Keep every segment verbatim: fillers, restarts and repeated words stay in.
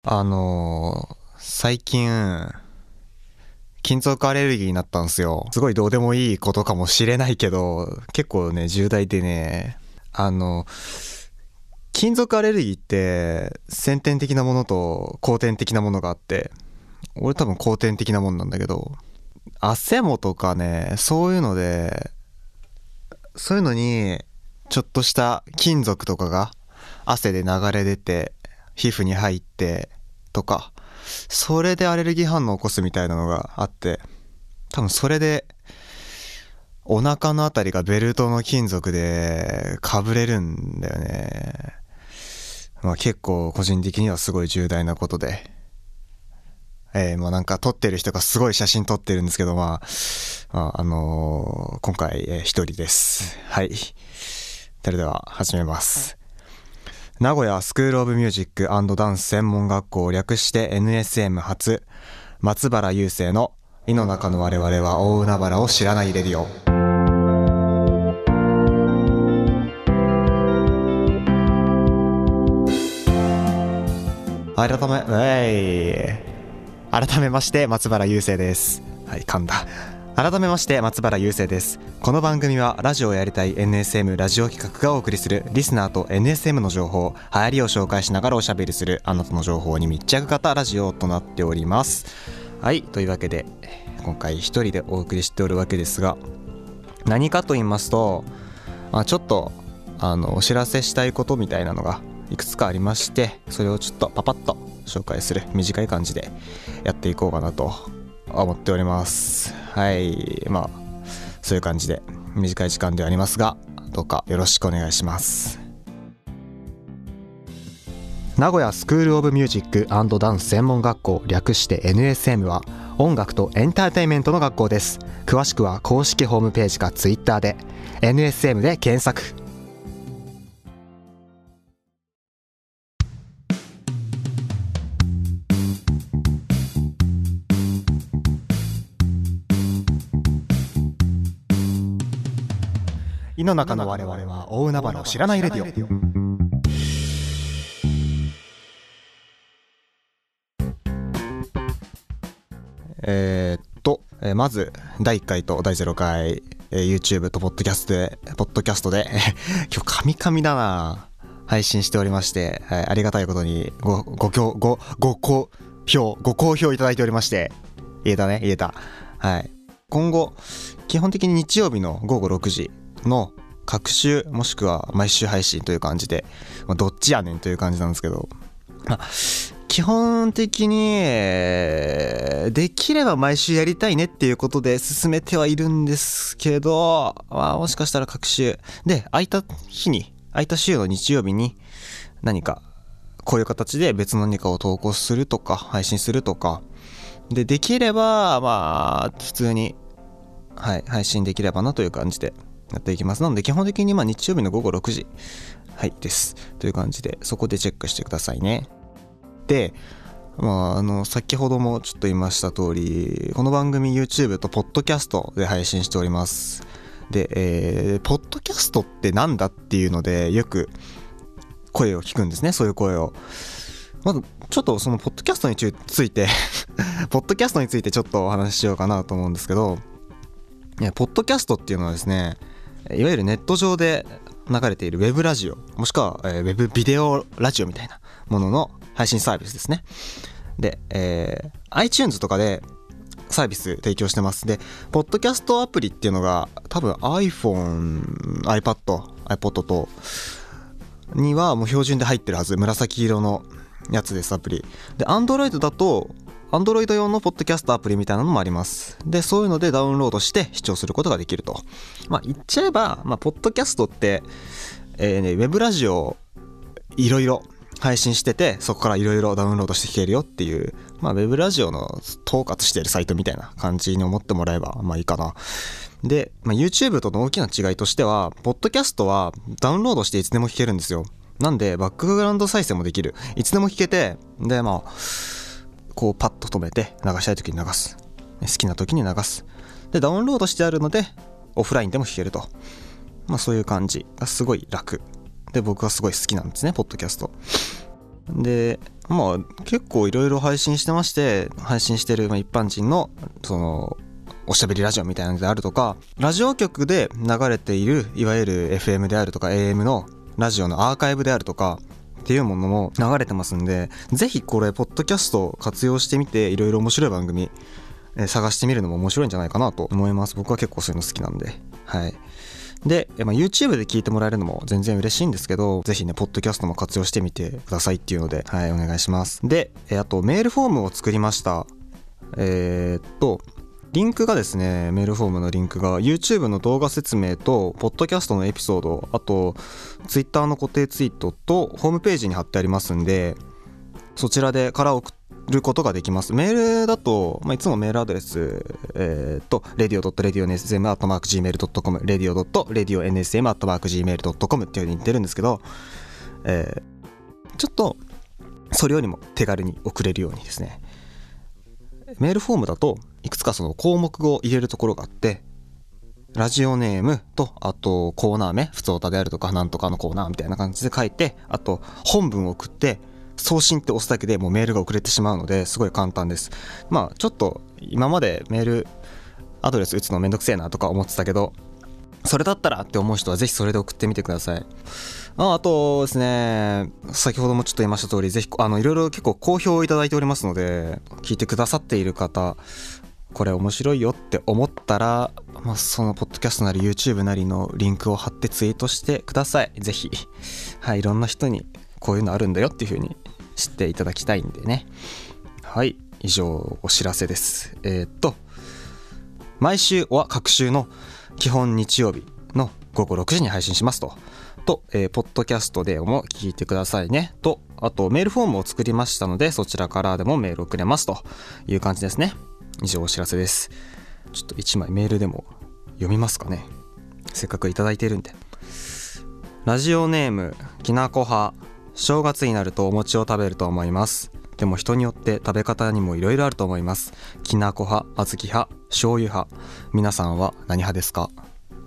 あのー、最近金属アレルギーになったんですよ。すごいどうでもいいことかもしれないけど、結構ね重大でね、あの金属アレルギーって先天的なものと後天的なものがあって、俺多分後天的なもんなんだけど、汗もとかね、そういうので、そういうのにちょっとした金属とかが汗で流れ出て皮膚に入ってとか、それでアレルギー反応を起こすみたいなのがあって、多分それでお腹のあたりがベルトの金属でかぶれるんだよね。まあ結構個人的にはすごい重大なことで、えー、もうなんか撮ってる人がすごい写真撮ってるんですけど、まあ、まあ、あのー、今回、えー、一人です。はい。それでは始めます。名古屋スクールオブミュージック&ダンス専門学校、略して エヌエスエム 初、松原雄生の井の中の我々は大海原を知らないレディオ。改め、えい改めまして松原雄生です。はい、噛んだ。改めまして松原雄生です。この番組はラジオをやりたい エヌエスエム ラジオ企画がお送りするリスナーと エヌエスエム の情報、流行りを紹介しながらおしゃべりするあなたの情報に密着型ラジオとなっております。はい、というわけで今回一人でお送りしておるわけですが、何かと言いますと、まあ、ちょっとあのお知らせしたいことみたいなのがいくつかありまして、それをちょっとパパッと紹介する短い感じでやっていこうかなと思っております。はい、まあそういう感じで短い時間ではありますが、どうかよろしくお願いします。名古屋スクールオブミュージック&ダンス専門学校、略して エヌエスエム は音楽とエンターテインメントの学校です。詳しくは公式ホームページか Twitter で エヌエスエム で検索。井の中の我々は大海原を知らないレディオ。えー、っと、えー、まずだいいっかいとだいゼロかい、えー、YouTube とポッドキャストでポッドキャストで今日カミカミだな配信しておりまして、はい、ありがたいことにごごごごご好評ご好評いただいておりまして、言えたね言えた。はい、今後基本的に日曜日のごごろくじの各週もしくは毎週配信という感じで、まあ、どっちやねんという感じなんですけど、まあ、基本的にできれば毎週やりたいねっていうことで進めてはいるんですけど、まあ、もしかしたら各週で空いた日に空いた週の日曜日に何かこういう形で別の何かを投稿するとか配信するとかで、できればまあ普通に、はい、配信できればなという感じでやっていきます。なので基本的にまあ日曜日のごごろくじ、はいですという感じで、そこでチェックしてくださいね。で、まあ、あの先ほどもちょっと言いました通り、この番組 YouTube とポッドキャストで配信しております。で、えー、ポッドキャストってなんだっていうのでよく声を聞くんですね。そういう声をまずちょっとそのポッドキャストについてポッドキャストについてちょっとお話ししようかなと思うんですけど、いやポッドキャストっていうのはですね、いわゆるネット上で流れているウェブラジオ、もしくは、えー、ウェブビデオラジオみたいなものの配信サービスですね。で、えー、iTunes とかでサービス提供してます。で、ポッドキャストアプリっていうのが多分 iPhone、iPad、iPod とにはもう標準で入ってるはず。紫色のやつです、アプリ。で、Android だとAndroid 用のポッドキャストアプリみたいなのもあります。で、そういうのでダウンロードして視聴することができると。まあ言っちゃえば、まあポッドキャストって、えーね、ウェブラジオをいろいろ配信してて、そこからいろいろダウンロードして聞けるよっていう、まあウェブラジオの統括しているサイトみたいな感じに思ってもらえばまあいいかな。で、まあ、YouTube との大きな違いとしては、ポッドキャストはダウンロードしていつでも聞けるんですよ。なんでバックグラウンド再生もできる。いつでも聞けて、でまあこうパッと止めて流したい時に流す、好きな時に流す。でダウンロードしてあるのでオフラインでも聞けると、まあそういう感じがすごい楽で、僕はすごい好きなんですね、ポッドキャストで。 まあ結構いろいろ配信してまして、配信してる一般人のそのおしゃべりラジオみたいなのであるとか、ラジオ局で流れているいわゆる エフエム であるとか エーエム のラジオのアーカイブであるとかっていうものも流れてますんで、ぜひこれポッドキャストを活用してみて、いろいろ面白い番組探してみるのも面白いんじゃないかなと思います。僕は結構そういうの好きなんで。はい。で、まあ、YouTube で聞いてもらえるのも全然嬉しいんですけど、ぜひねポッドキャストも活用してみてくださいっていうので、はい、お願いします。で、あとメールフォームを作りました。えー、っとリンクがですね、メールフォームのリンクが YouTube の動画説明とポッドキャストのエピソード、あと Twitter の固定ツイートとホームページに貼ってありますんで、そちらでから送ることができます。メールだと、まあ、いつもメールアドレス、えー、と レディオ ドット レディオ エヌエスエム アットマーク ジーメール ドットコム レディオ ドット レディオ エヌエスエム アットマーク ジーメール ドットコム っていう風に言ってるんですけど、えー、ちょっとそれよりも手軽に送れるようにですね、メールフォームだといくつかその項目を入れるところがあって、ラジオネームと、あとコーナー名、ふつおたであるとかなんとかのコーナーみたいな感じで書いて、あと本文を送って送信って押すだけでもうメールが送れてしまうので、すごい簡単です。まあちょっと今までメールアドレス打つのめんどくせえなとか思ってたけど、それだったらって思う人はぜひそれで送ってみてください。あ, あとですね、先ほどもちょっと言いました通り、ぜひあのいろいろ結構好評をいただいておりますので、聞いてくださっている方、これ面白いよって思ったら、まあ、そのポッドキャストなり YouTube なりのリンクを貼ってツイートしてください。ぜひ、はい、いろんな人にこういうのあるんだよっていう風に知っていただきたいんでね。はい、以上お知らせです。えー、っと毎週は各週の基本日曜日のごごろくじに配信しますと。と、えー、ポッドキャストでも聞いてくださいねと、あとメールフォームを作りましたので、そちらからでもメール送れますという感じですね。以上お知らせです。ちょっといちまいメールでも読みますかね、せっかくいただいているんで。ラジオネームきなこ派。正月になるとお餅を食べると思います。でも人によって食べ方にもいろいろあると思います。きなこ派、小豆派、醤油派、皆さんは何派ですか？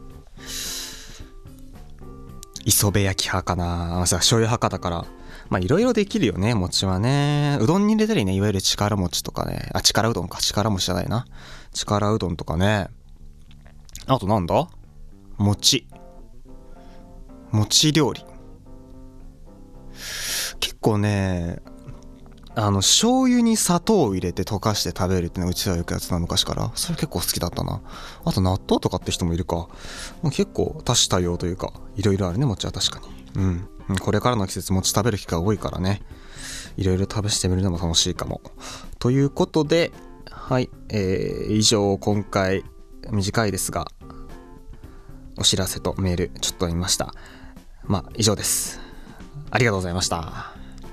磯辺焼き派かな。醤油派か。だからまあいろいろできるよね、餅はね。うどんに入れたりね、いわゆる力餅とかね、あ、力うどんか、力餅じゃないな、力うどんとかね。あとなんだ、餅餅料理、結構ね、あの醤油に砂糖を入れて溶かして食べるってのがうちはよくやつな、昔から。それ結構好きだったな。あと納豆とかって人もいるか。もう結構多種多様というか、いろいろあるね、餅は確かに。うんこれからの季節餅食べる機会多いからね、いろいろ試してみるのも楽しいかも。ということで、はい、えー、以上今回短いですがお知らせとメールちょっと見ました。まあ以上です。ありがとうございました。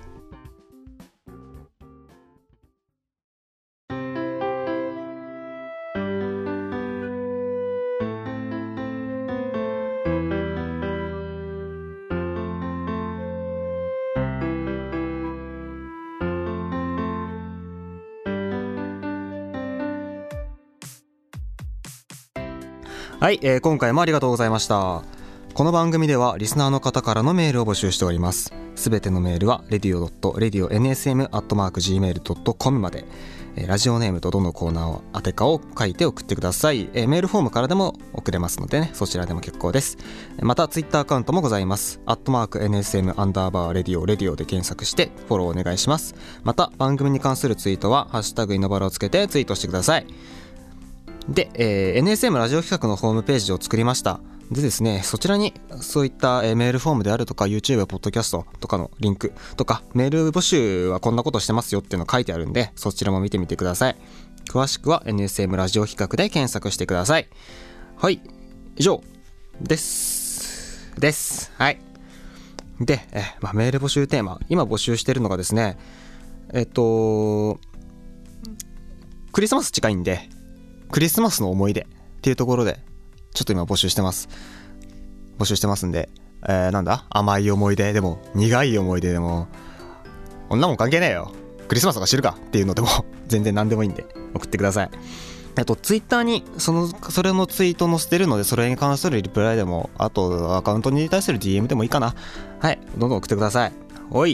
はい、えー、今回もありがとうございました。この番組ではリスナーの方からのメールを募集しております。すべてのメールは レディオ ドット レディオ エヌエスエム アットマーク ジーメール ドットコム まで、えー、ラジオネームとどのコーナーを宛てかを書いて送ってください。えー、メールフォームからでも送れますのでね、そちらでも結構です。またツイッターアカウントもございます。アットマーク エヌエスエム アンダーバーレディオレディオで検索してフォローお願いします。また番組に関するツイートはハッシュタグイノバラをつけてツイートしてください。で、えー、エヌエスエム ラジオ企画のホームページを作りました。でですね、そちらにそういった、えー、メールフォームであるとか YouTube、ポッドキャストとかのリンクとか、メール募集はこんなことしてますよっていうの書いてあるんで、そちらも見てみてください。詳しくは エヌエスエム ラジオ企画で検索してください。はい、以上ですですはいで、え、まあ、メール募集テーマ、今募集してるのがですね、えっとクリスマス近いんで、クリスマスの思い出っていうところでちょっと今募集してます募集してますんで、えー、なんだ、甘い思い出でも苦い思い出でも、こんなもん関係ねえよ、クリスマスが知るかっていうのでも全然何でもいいんで送ってください。あとツイッターにそのそれのツイート載せてるので、それに関するリプライでも、あとアカウントに対する ディーエム でもいいかな。はい、どんどん送ってください。おい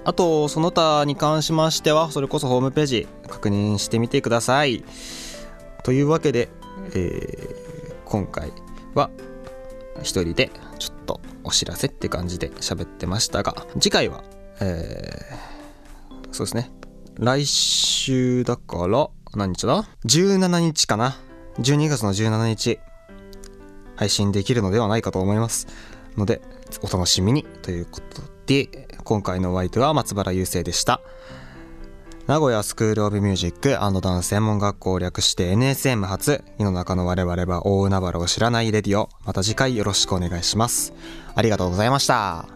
あとその他に関しましてはそれこそホームページ確認してみてください。というわけで、えー、今回は一人でちょっとお知らせって感じで喋ってましたが、次回は、えー、そうですね、来週だから何日だじゅうしちにちかな、じゅうにがつのじゅうしちにち配信できるのではないかと思いますので、お楽しみにということで、今回のお相手は松原優生でした。名古屋スクールオブミュージック&ダンス専門学校を略して エヌエスエム 初、井の中の我々は大海原を知らないレディオ、また次回よろしくお願いします。ありがとうございました。